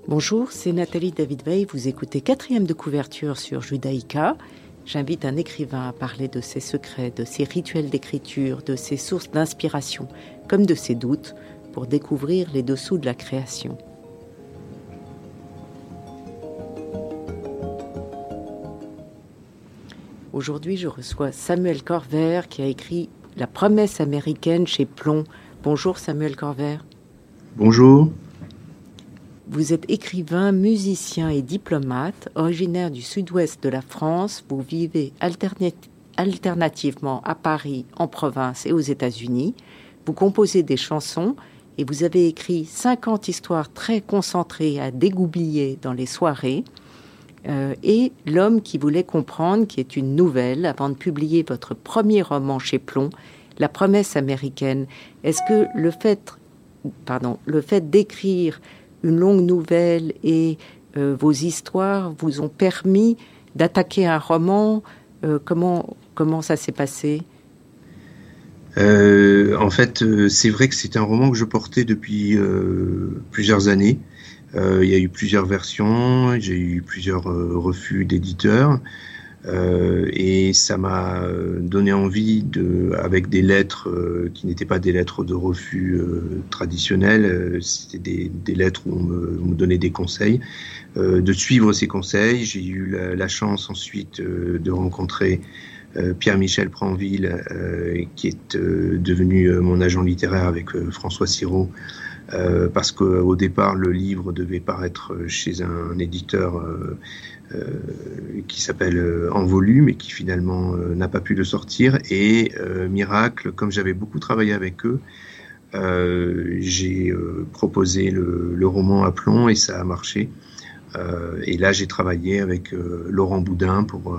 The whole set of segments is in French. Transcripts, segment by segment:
Bonjour, c'est Nathalie David-Veil. Vous écoutez 4e de couverture sur Judaïka. J'invite un écrivain à parler de ses secrets, de ses rituels d'écriture, de ses sources d'inspiration, comme de ses doutes, pour découvrir les dessous de la création. Aujourd'hui, je reçois Samuel Corver qui a écrit La promesse américaine chez Plomb. Bonjour Samuel Corver. Bonjour. Vous êtes écrivain, musicien et diplomate, originaire du sud-ouest de la France. Vous vivez alternativement à Paris, en province et aux États-Unis. Vous composez des chansons et vous avez écrit 50 histoires très concentrées à dégoubiller dans les soirées. Et L'homme qui voulait comprendre, qui est une nouvelle, avant de publier votre premier roman chez Plomb, La promesse américaine. Est-ce que le fait d'écrire une longue nouvelle et vos histoires vous ont permis d'attaquer un roman? Comment ça s'est passé? En fait, c'est vrai que c'est un roman que je portais depuis plusieurs années. Il y a eu plusieurs versions, j'ai eu plusieurs refus d'éditeurs. Et ça m'a donné envie avec des lettres qui n'étaient pas des lettres de refus traditionnelles, c'était des lettres où on me donnait des conseils, de suivre ces conseils. J'ai eu la chance ensuite de rencontrer Pierre-Michel Pranville, qui est devenu mon agent littéraire avec François Sirot, parce qu'au départ le livre devait paraître chez un éditeur qui s'appelle En Volume et qui finalement n'a pas pu le sortir. Et miracle, comme j'avais beaucoup travaillé avec eux, j'ai proposé le roman à Plomb et ça a marché. Et là j'ai travaillé avec Laurent Boudin pour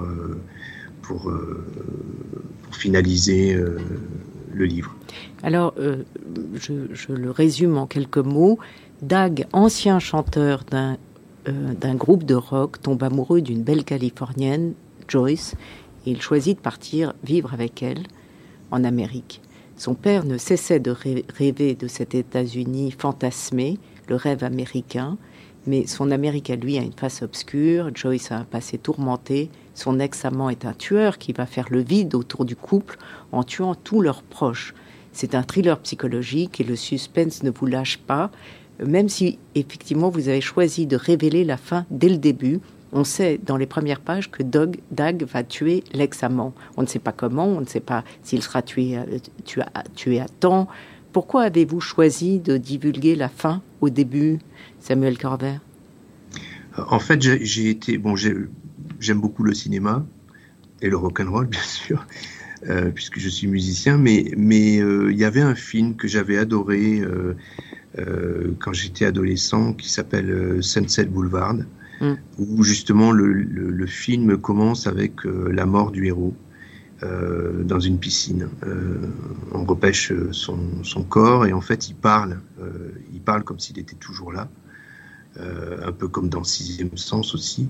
finaliser le livre. Alors, je le résume en quelques mots. Dag, ancien chanteur d'un groupe de rock, tombe amoureux d'une belle Californienne, Joyce, et il choisit de partir vivre avec elle en Amérique. Son père ne cessait de rêver de cet États-Unis fantasmé, le rêve américain, mais son Amérique à lui a une face obscure. Joyce a un passé tourmenté. Son ex-amant est un tueur qui va faire le vide autour du couple en tuant tous leurs proches. C'est un thriller psychologique et le suspense ne vous lâche pas, même si effectivement vous avez choisi de révéler la fin dès le début. On sait dans les premières pages que Dag va tuer l'ex-amant. On ne sait pas comment, on ne sait pas s'il sera tué à temps. Pourquoi avez-vous choisi de divulguer la fin au début, Samuel Corver? En fait, j'aime beaucoup le cinéma et le rock'n'roll, bien sûr, puisque je suis musicien, mais il y avait un film que j'avais adoré quand j'étais adolescent qui s'appelle Sunset Boulevard, où justement le film commence avec la mort du héros dans une piscine. On repêche son corps et en fait il parle comme s'il était toujours là, un peu comme dans Sixième Sens aussi.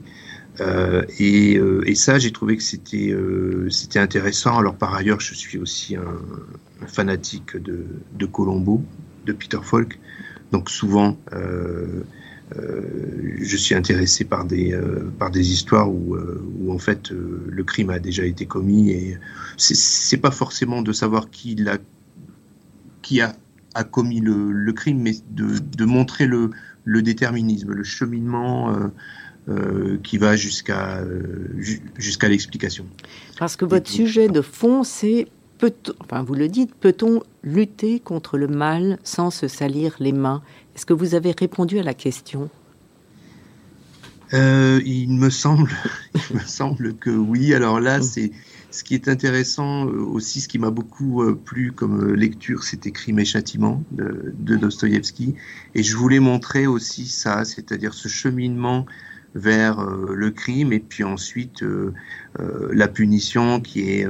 Et ça, j'ai trouvé que c'était intéressant. Alors par ailleurs, je suis aussi un fanatique de Columbo, de Peter Falk. Donc souvent, je suis intéressé par des histoires où en fait le crime a déjà été commis et c'est pas forcément de savoir qui a commis le crime, mais de montrer le déterminisme, le cheminement qui va jusqu'à l'explication. Parce que votre sujet de fond, c'est vous le dites, peut-on lutter contre le mal sans se salir les mains? Est-ce que vous avez répondu à la question? Il me semble que oui. Alors là, c'est ce qui est intéressant aussi, ce qui m'a beaucoup plu comme lecture, c'était Crime et Châtiment de Dostoïevski. Et je voulais montrer aussi ça, c'est-à-dire ce cheminement vers le crime et puis ensuite la punition qui est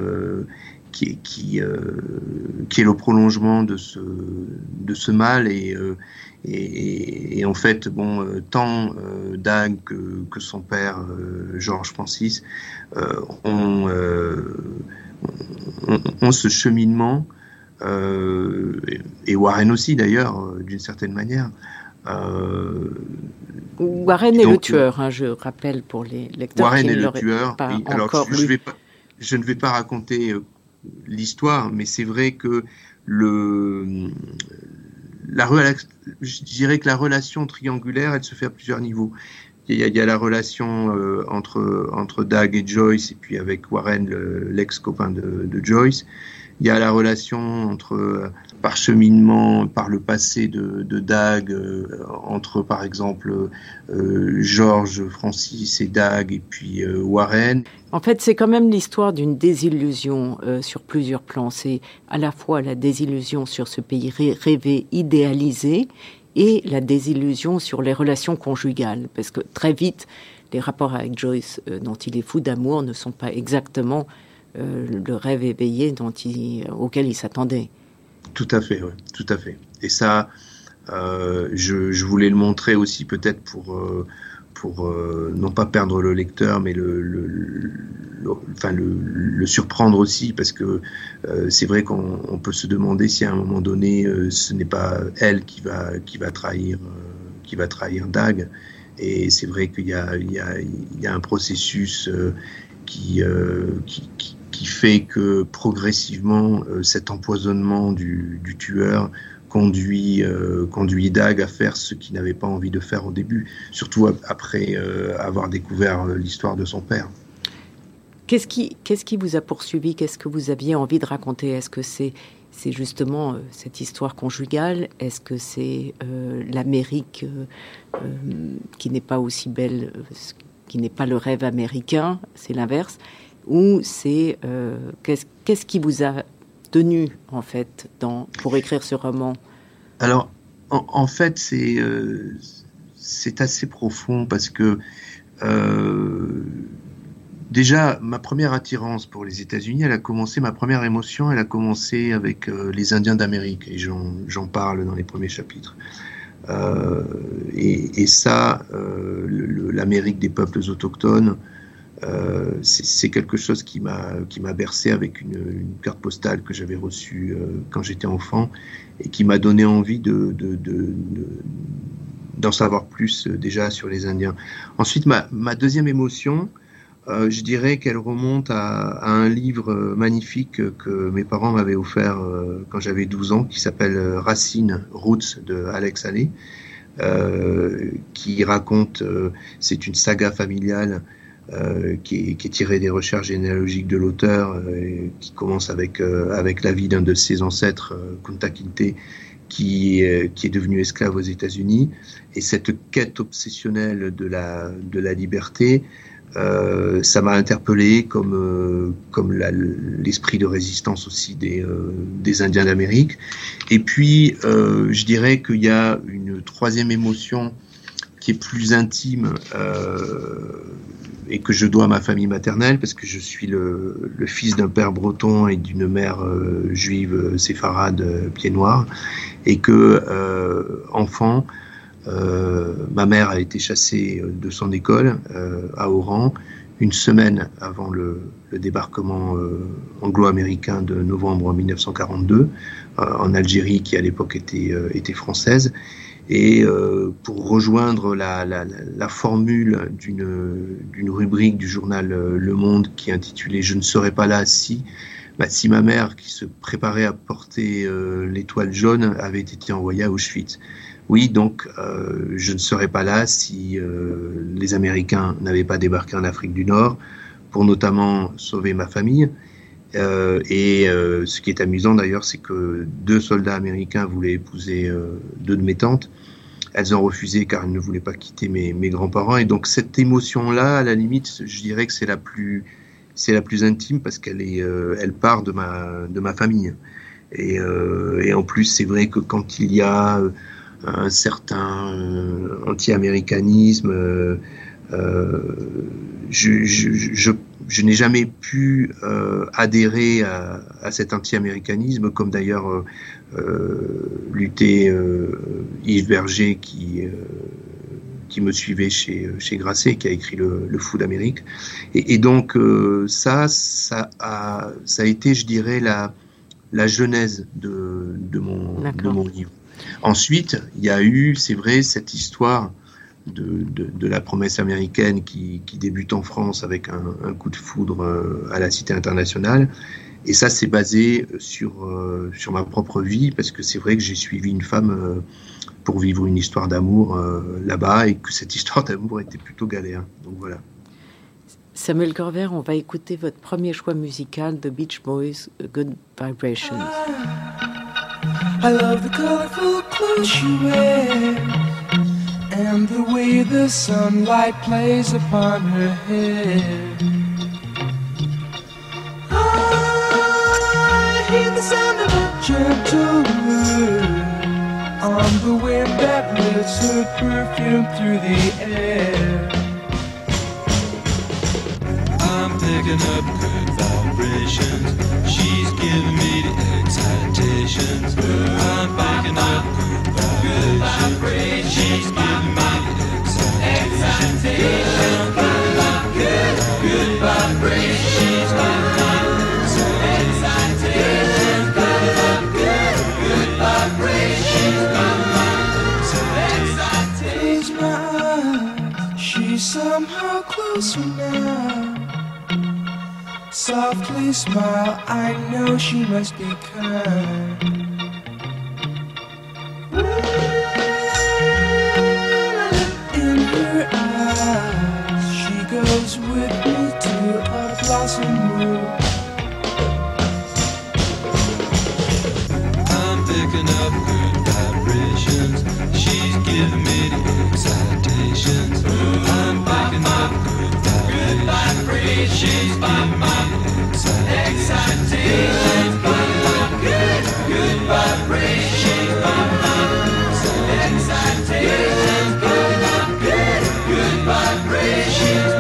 le prolongement de ce mal et en fait tant Dag que son père Georges Francis ont ce cheminement et Warren aussi d'ailleurs d'une certaine manière Warren est le tueur, hein, je rappelle pour les lecteurs Warren qui est ne le l'auraient tueur. pas Alors, encore lu. je ne vais pas raconter l'histoire, mais c'est vrai que je dirais que la relation triangulaire, elle se fait à plusieurs niveaux. Il y a la relation entre Dag et Joyce, et puis avec Warren, l'ex-copain de Joyce. Il y a la relation entre parcheminement par le passé de Dag, entre par exemple George, Francis et Dag, et puis Warren. En fait, c'est quand même l'histoire d'une désillusion sur plusieurs plans. C'est à la fois la désillusion sur ce pays rêvé, idéalisé, et la désillusion sur les relations conjugales. Parce que très vite, les rapports avec Joyce, dont il est fou d'amour, ne sont pas exactement le rêve éveillé auquel il s'attendait. Tout à fait, oui, tout à fait. Et ça, je voulais le montrer aussi peut-être pour non pas perdre le lecteur, mais le surprendre aussi, parce que c'est vrai qu'on peut se demander si à un moment donné, ce n'est pas elle qui va trahir Dag. Et c'est vrai qu'il y a un processus qui fait que progressivement cet empoisonnement du tueur conduit Dag à faire ce qu'il n'avait pas envie de faire au début, surtout après avoir découvert l'histoire de son père. Qu'est-ce qui vous a poursuivi? Qu'est-ce que vous aviez envie de raconter? Est-ce que c'est justement cette histoire conjugale? Est-ce que c'est l'Amérique qui n'est pas aussi belle, qui n'est pas le rêve américain, c'est l'inverse? Ou c'est qu'est-ce qui vous a tenu en fait pour écrire ce roman? Alors en fait c'est assez profond parce que déjà ma première attirance pour les États-Unis, ma première émotion elle a commencé avec les Indiens d'Amérique, et j'en parle dans les premiers chapitres. Et ça, l'Amérique des peuples autochtones, c'est quelque chose qui m'a bercé avec une carte postale que j'avais reçue quand j'étais enfant, et qui m'a donné envie d'en savoir plus déjà sur les Indiens. Ensuite, ma deuxième émotion, je dirais qu'elle remonte à un livre magnifique que mes parents m'avaient offert quand j'avais 12 ans, qui s'appelle Racines, Roots de Alex Haley, qui raconte, c'est une saga familiale qui est tirée des recherches généalogiques de l'auteur, qui commence avec la vie d'un de ses ancêtres, Kunta Kinte, qui est devenu esclave aux États-Unis, et cette quête obsessionnelle de la liberté. Ça m'a interpellé comme l'esprit de résistance aussi des Indiens d'Amérique. Et puis je dirais qu'il y a une troisième émotion qui est plus intime et que je dois à ma famille maternelle, parce que je suis le fils d'un père breton et d'une mère juive séfarade pieds noirs, et que enfant, ma mère a été chassée de son école à Oran une semaine avant le débarquement anglo-américain de novembre 1942 en Algérie, qui à l'époque était française. Et pour rejoindre la formule d'une rubrique du journal Le Monde qui est intitulée « Je ne serai pas là si », si ma mère, qui se préparait à porter l'étoile jaune, avait été envoyée à Auschwitz. Oui, donc je ne serais pas là si les Américains n'avaient pas débarqué en Afrique du Nord pour notamment sauver ma famille. Et ce qui est amusant d'ailleurs, c'est que 2 soldats américains voulaient épouser 2 de mes tantes. Elles ont refusé car elles ne voulaient pas quitter mes grands-parents. Et donc cette émotion-là, à la limite, je dirais que c'est la plus intime, parce elle part de ma famille. Et en plus, c'est vrai que quand il y a un certain anti-américanisme, je n'ai jamais pu adhérer à cet anti-américanisme, comme d'ailleurs luttait Yves Berger qui me suivait chez Grasset, qui a écrit le Fou d'Amérique. Et donc ça a été, je dirais, la genèse de mon livre. Ensuite, il y a eu, c'est vrai, cette histoire de la promesse américaine qui débute en France avec un coup de foudre à la Cité internationale. Et ça, c'est basé sur ma propre vie, parce que c'est vrai que j'ai suivi une femme pour vivre une histoire d'amour là-bas, et que cette histoire d'amour était plutôt galère. Donc voilà. Samuel Corver, on va écouter votre premier choix musical, The Beach Boys, Good Vibrations. I love the colorful clothes she wears and the way the sunlight plays upon her hair. I hear the sound of a gentle word on the wind that lifts her perfume through the air. I'm picking up good vibrations. She's giving me the excitations. I'm picking up good vibrations. She's giving me the excitations. I'm picking up good vibrations. She's giving me the excitations. Picking up good vibrations. She's giving me the excitations. Close my eyes. She's somehow closer now. Softly smile, I know she must be kind. In her eyes, she goes with me to a blossom room. I'm picking up good vibrations. She's giving me the excitations. I'm picking up good vibrations. She's giving me excitations, good vibrations, excitations, good vibrations,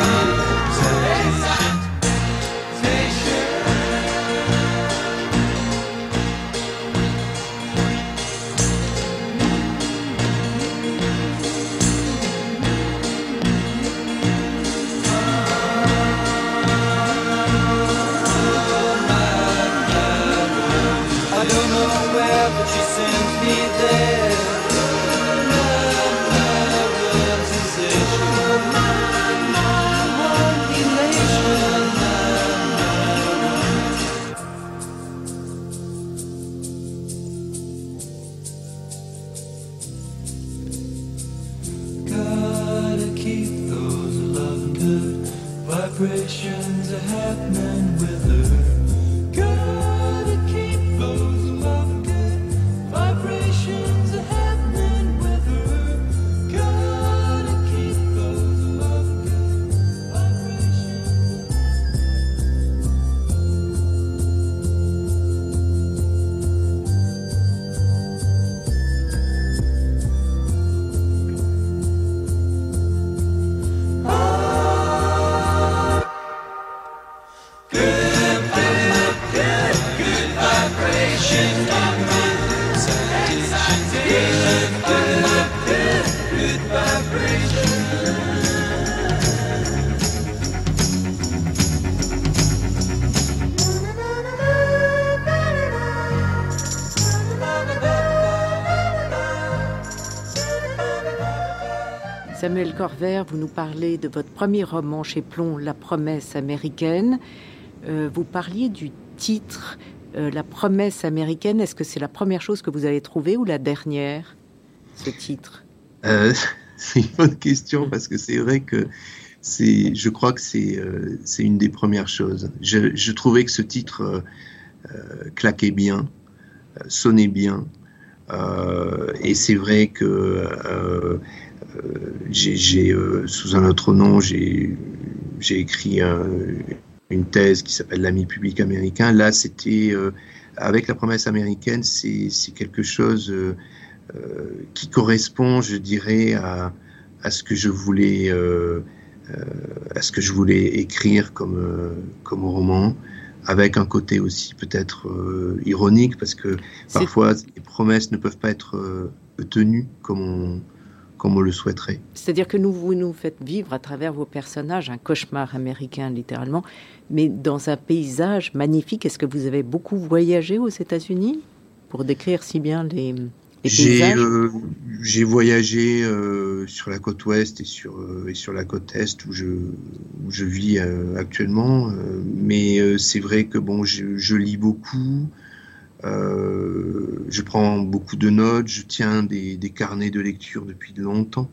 vibrations are happening with her. Gotta keep those love good vibrations are happening with her. Gotta keep those love good vibrations. Samuel Corver, vous nous parlez de votre premier roman chez Plon, La promesse américaine. Vous parliez du titre, La promesse américaine. Est-ce que c'est la première chose que vous avez trouvée ou la dernière, ce titre? C'est une bonne question parce que c'est vrai que je crois que c'est une des premières choses. Je trouvais que ce titre claquait bien, sonnait bien. Et c'est vrai que sous un autre nom, j'ai écrit une thèse qui s'appelle L'ami public américain. Là, c'était avec La promesse américaine, c'est quelque chose qui correspond, je dirais, à ce que je voulais écrire comme roman, avec un côté aussi peut-être ironique, parce que parfois les promesses ne peuvent pas être tenues comme on le souhaiterait. C'est-à-dire que vous nous faites vivre à travers vos personnages un cauchemar américain, littéralement, mais dans un paysage magnifique. Est-ce que vous avez beaucoup voyagé aux États-Unis pour décrire si bien J'ai voyagé sur la côte ouest et sur la côte est où je vis actuellement, mais c'est vrai que bon, je lis beaucoup, je prends beaucoup de notes, je tiens des carnets de lecture depuis longtemps.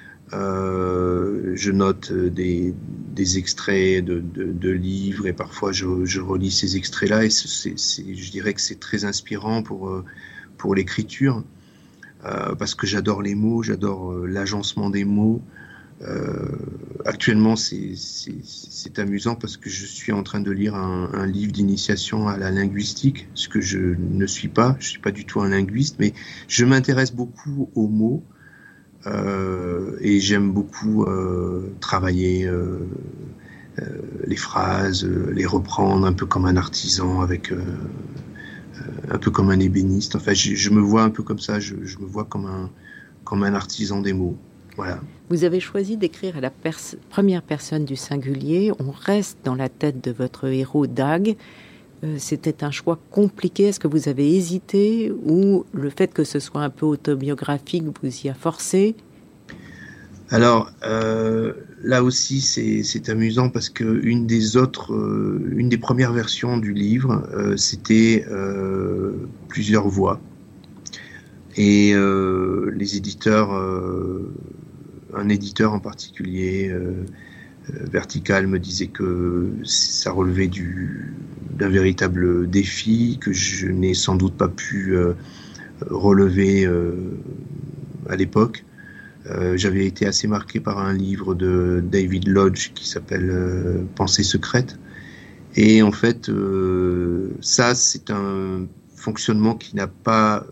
Je note des extraits de livres et parfois je relis ces extraits-là et je dirais que c'est très inspirant pour l'écriture. Parce que j'adore les mots, j'adore l'agencement des mots. Actuellement, c'est amusant parce que je suis en train de lire un livre d'initiation à la linguistique, ce que je ne suis pas. Je suis pas du tout un linguiste, mais je m'intéresse beaucoup aux mots et j'aime beaucoup travailler les phrases, les reprendre un peu comme un artisan avec. Un peu comme un ébéniste. Enfin, je me vois un peu comme ça. Je me vois comme un artisan des mots. Voilà. Vous avez choisi d'écrire à la première personne du singulier. On reste dans la tête de votre héros Dag. C'était un choix compliqué. Est-ce que vous avez hésité ou le fait que ce soit un peu autobiographique vous y a forcé? Alors, là aussi, c'est amusant parce que une des premières versions du livre, c'était plusieurs voix. Et les éditeurs, un éditeur en particulier, Vertical, me disait que ça relevait d'un véritable défi que je n'ai sans doute pas pu relever à l'époque. J'avais été assez marqué par un livre de David Lodge qui s'appelle Pensée secrète. Et en fait, ça, c'est un fonctionnement qui n'a pas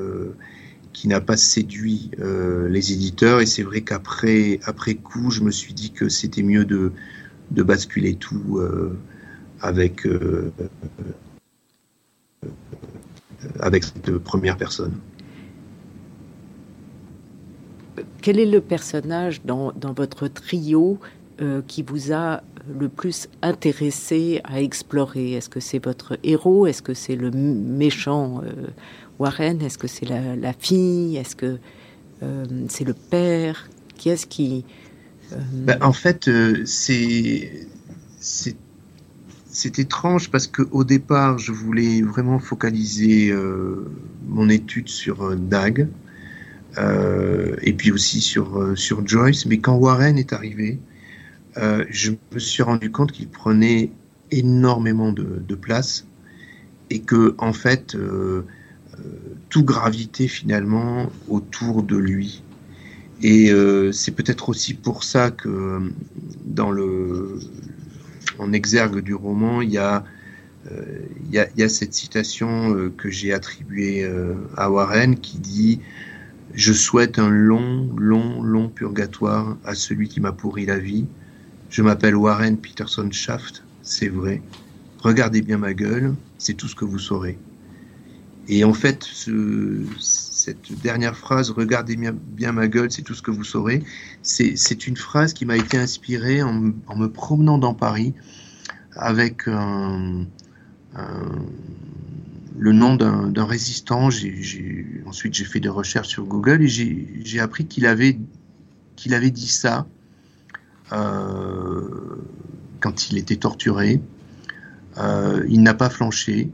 séduit les éditeurs. Et c'est vrai après coup, je me suis dit que c'était mieux de basculer tout avec cette première personne. Quel est le personnage dans votre trio qui vous a le plus intéressé à explorer? Est-ce que c'est votre héros? Est-ce que c'est le méchant Warren? Est-ce que c'est la fille? Est-ce que c'est le père? Qui est-ce qui... En fait, c'est étrange parce qu'au départ, je voulais vraiment focaliser mon étude sur Dag. Et puis aussi sur Joyce, mais quand Warren est arrivé, je me suis rendu compte qu'il prenait énormément de place et que en fait tout gravitait finalement autour de lui. Et c'est peut-être aussi pour ça que en exergue du roman, il y a cette citation que j'ai attribuée à Warren qui dit: je souhaite un long, long, long purgatoire à celui qui m'a pourri la vie. Je m'appelle Warren Peterson Shaft, c'est vrai. Regardez bien ma gueule, c'est tout ce que vous saurez. Et en fait, cette dernière phrase, regardez bien ma gueule, c'est tout ce que vous saurez, c'est une phrase qui m'a été inspirée en me promenant dans Paris avec le nom d'un résistant. Ensuite, j'ai fait des recherches sur Google et j'ai appris qu'il avait dit ça quand il était torturé. Il n'a pas flanché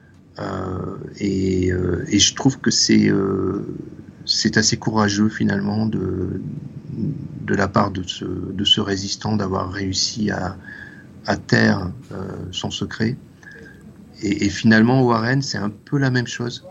et je trouve que c'est assez courageux finalement de la part de ce résistant d'avoir réussi à taire son secret. Et finalement, Warren, c'est un peu la même chose.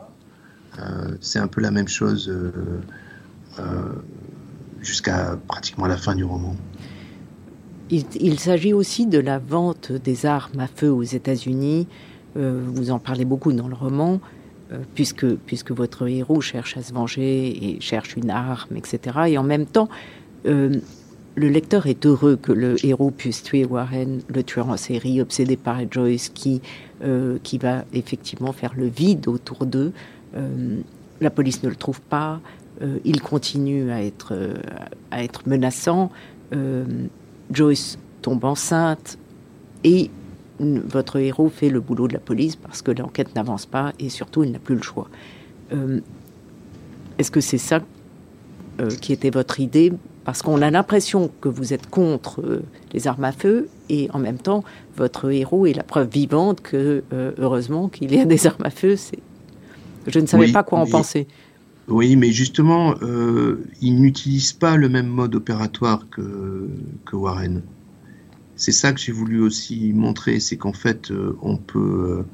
Jusqu'à pratiquement la fin du roman. Il s'agit aussi de la vente des armes à feu aux États-Unis. Vous en parlez beaucoup dans le roman, puisque votre héros cherche à se venger et cherche une arme, etc. Et en même temps, le lecteur est heureux que le héros puisse tuer Warren, le tueur en série, obsédé par Joyce, qui va effectivement faire le vide autour d'eux. La police ne le trouve pas. Il continue à être menaçant. Joyce tombe enceinte et votre héros fait le boulot de la police parce que l'enquête n'avance pas et surtout il n'a plus le choix. Est-ce que c'est ça qui était votre idée? Parce qu'on a l'impression que vous êtes contre les armes à feu et en même temps, votre héros est la preuve vivante que, heureusement, qu'il y a des armes à feu. Je ne savais pas quoi en penser. Oui, mais justement, il n'utilise pas le même mode opératoire que Warren. C'est ça que j'ai voulu aussi montrer, c'est qu'en fait, on peut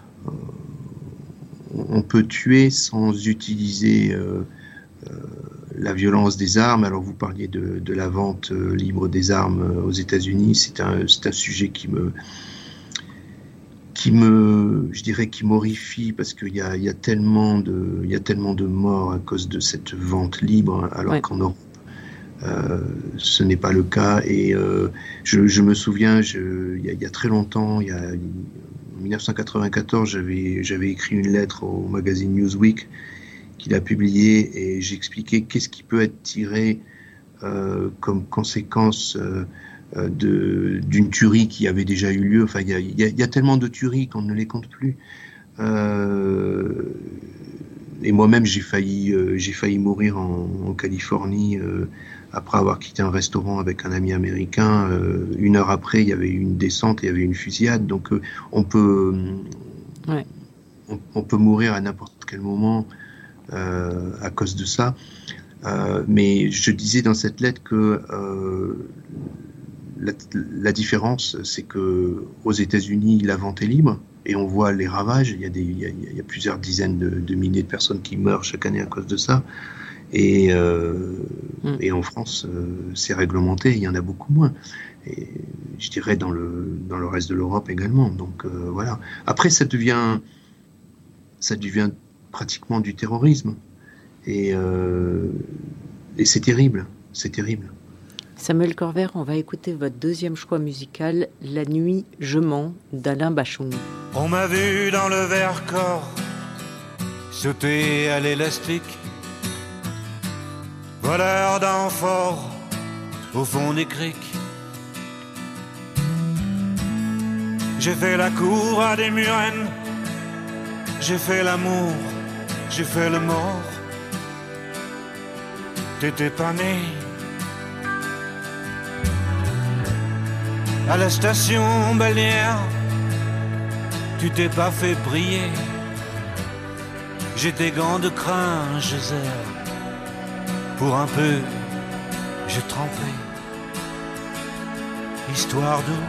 tuer sans utiliser la violence des armes. Alors vous parliez de la vente libre des armes aux États-Unis, c'est un sujet qui m'horrifie parce qu'il y a tellement de morts à cause de cette vente libre, alors qu'en Europe ce n'est pas le cas. Et je me souviens, il y a très longtemps, en 1994, j'avais écrit une lettre au magazine Newsweek qu'il a publié et j'expliquais qu'est-ce qui peut être tiré comme conséquence d'une tuerie qui avait déjà eu lieu. Enfin, il y a tellement de tueries qu'on ne les compte plus. Et moi-même, j'ai failli mourir en Californie après avoir quitté un restaurant avec un ami américain. 1 heure après, il y avait eu une descente, il y avait une fusillade. Donc, on peut mourir à n'importe quel moment à cause de ça. Mais je disais dans cette lettre que la différence, c'est que aux États-Unis, la vente est libre et on voit les ravages. Il y a plusieurs dizaines de milliers de personnes qui meurent chaque année à cause de ça. Et en France, c'est réglementé. Il y en a beaucoup moins. Et je dirais dans le reste de l'Europe également. Donc voilà. Après, ça devient pratiquement du terrorisme. Et c'est terrible. C'est terrible. Samuel Corvère, on va écouter votre deuxième choix musical, La nuit, je mens, d'Alain Bachung. On m'a vu dans le Vercors sauter à l'élastique, voleur d'amphores au fond des criques. J'ai fait la cour à des murennes, j'ai fait l'amour, j'ai fait le mort. T'étais pas né. À la station balnéaire, tu t'es pas fait prier. J'ai tes gants de crin, je serre. Pour un peu, j'ai trempé. Histoire d'eau.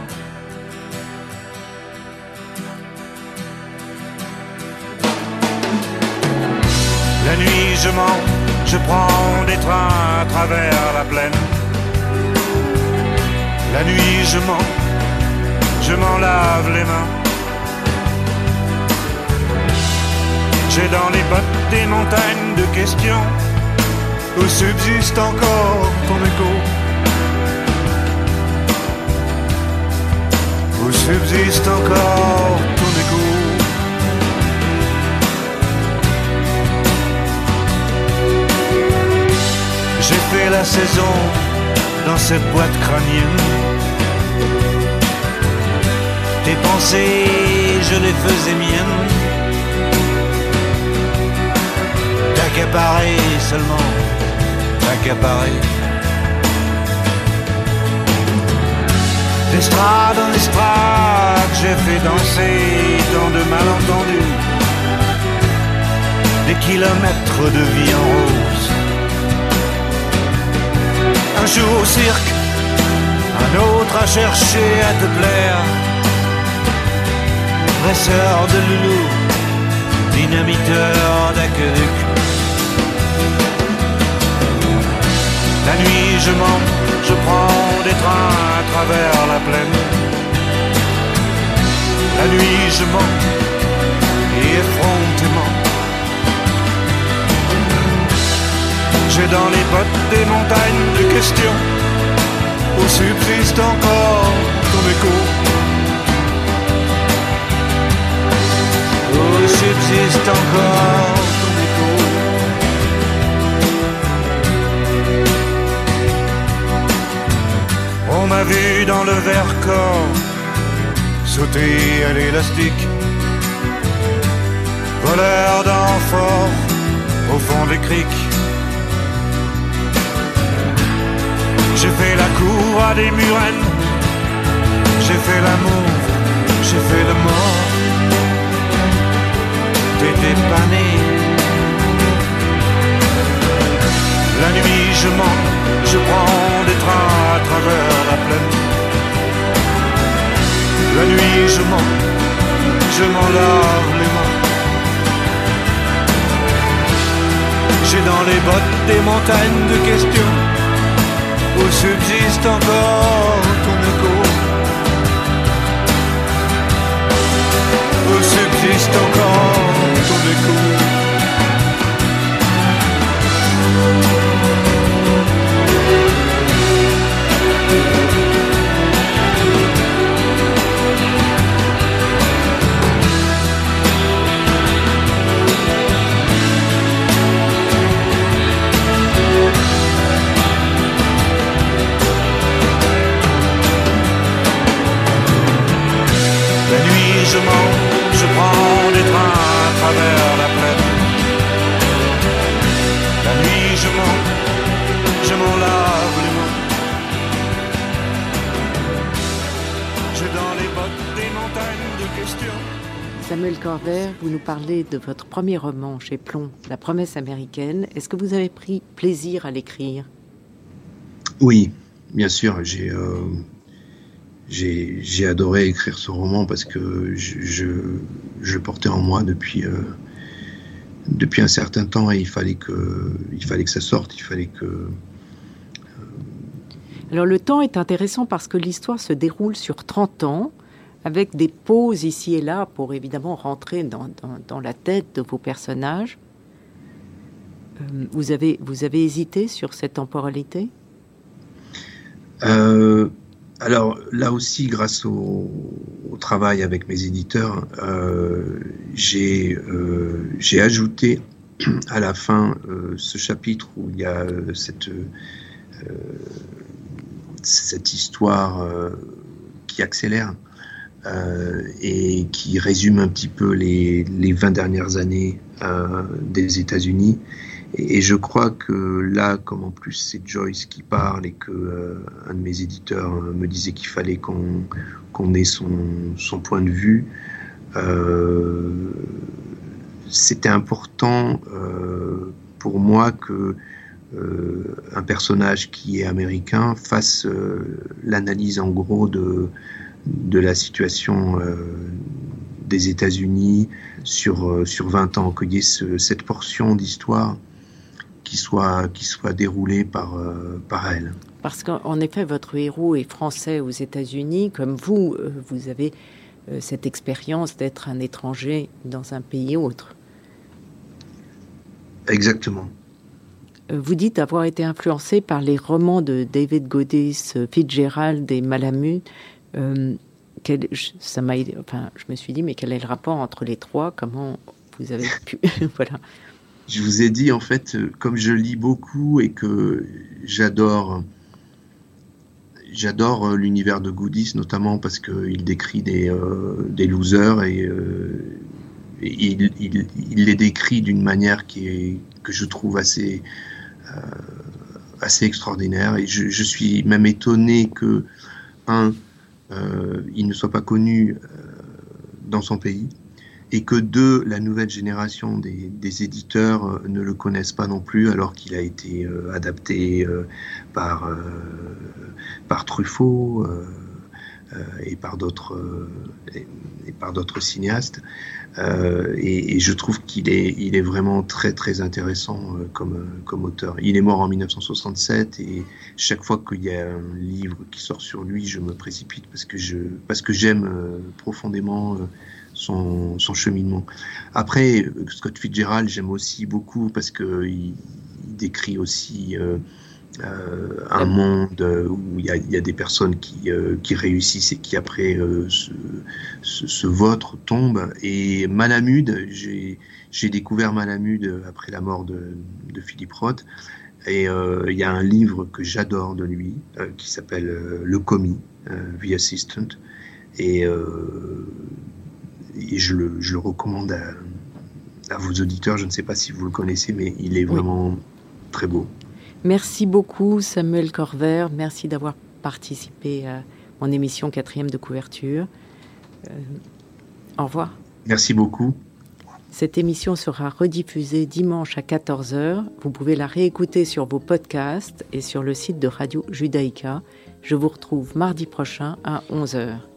La nuit, je mens, je prends des trains à travers la plaine. La nuit, je m'en lave les mains. J'ai dans les bottes des montagnes de questions où subsiste encore ton écho. Où subsiste encore ton écho. J'ai fait la saison dans cette boîte crânienne. Tes pensées, je les faisais miennes. T'accaparer seulement, t'accaparer. D'estrade en estrade, j'ai fait danser dans de malentendus. Des kilomètres de vie en rose. Un jour au cirque, un autre à chercher à te plaire. Dresseur de loulou, dynamiteur d'aqueduc. La nuit je mens, je prends des trains à travers la plaine. La nuit je mens, et effrontément. J'ai dans les bottes des montagnes de questions où subsiste encore ton écho. Où subsiste encore ton écho. On m'a vu dans le Vercors sauter à l'élastique, voleur d'amphores au fond des criques. J'ai fait la cour à des murennes, j'ai fait l'amour, j'ai fait le mort. T'étais pas né. La nuit je mens, je prends des trains à travers la plaine. La nuit je mens, je m'en lave les mains. J'ai dans les bottes des montagnes de questions où subsiste encore ton écho. Où subsiste encore ton écho. Je mens, je prends des trains à travers la plaine. La nuit je mens, je m'en lave les mains. J'ai dans les bottes des montagnes de questions. Samuel Korver, vous nous parlez de votre premier roman chez Plomb, La promesse américaine. Est-ce que vous avez pris plaisir à l'écrire ? Oui, bien sûr, j'ai adoré écrire ce roman parce que je portais en moi depuis un certain temps et il fallait que ça sorte, il fallait que... Alors le temps est intéressant parce que l'histoire se déroule sur 30 ans, avec des pauses ici et là pour évidemment rentrer dans la tête de vos personnages. Vous avez hésité sur cette temporalité ? Alors là aussi, grâce au travail avec mes éditeurs, j'ai ajouté à la fin ce chapitre où il y a cette histoire qui accélère et qui résume un petit peu les 20 dernières années des États-Unis. Et je crois que là, comme en plus c'est Joyce qui parle et que un de mes éditeurs me disait qu'il fallait qu'on ait son point de vue, c'était important pour moi que un personnage qui est américain fasse l'analyse en gros de la situation des États-Unis sur 20 ans, qu'il y ait cette portion d'histoire qui soit déroulée par elle. Parce qu'en effet, votre héros est français aux États-Unis, comme vous avez cette expérience d'être un étranger dans un pays autre. Exactement. Vous dites avoir été influencé par les romans de David Godis, Fitzgerald et Malamud. Je me suis dit, mais quel est le rapport entre les trois ? Comment vous avez pu... Voilà. Je vous ai dit, en fait, comme je lis beaucoup et que j'adore l'univers de Goodies, notamment parce qu'il décrit des losers et il les décrit d'une manière que je trouve assez extraordinaire. Et je suis même étonné que, il ne soit pas connu dans son pays, et que la nouvelle génération des éditeurs ne le connaissent pas non plus, alors qu'il a été adapté par Truffaut et par d'autres cinéastes. Et je trouve qu'il est vraiment très très intéressant comme auteur. Il est mort en 1967 et chaque fois qu'il y a un livre qui sort sur lui, je me précipite parce que j'aime profondément son cheminement. Après, Scott Fitzgerald, j'aime aussi beaucoup parce que il décrit aussi un monde où il y a des personnes qui réussissent et qui après se vautrent, tombent. Et Malamud, j'ai découvert Malamud après la mort de Philip Roth. Et il y a un livre que j'adore de lui qui s'appelle Le Commis, The Assistant. Et je le recommande à vos auditeurs. Je ne sais pas si vous le connaissez, mais il est vraiment très beau. Merci beaucoup Samuel Corvère, merci d'avoir participé à mon émission 4e de couverture. Au revoir. Merci beaucoup. Cette émission sera rediffusée dimanche à 14h. Vous pouvez la réécouter sur vos podcasts et sur le site de Radio Judaïka. Je vous retrouve mardi prochain à 11h.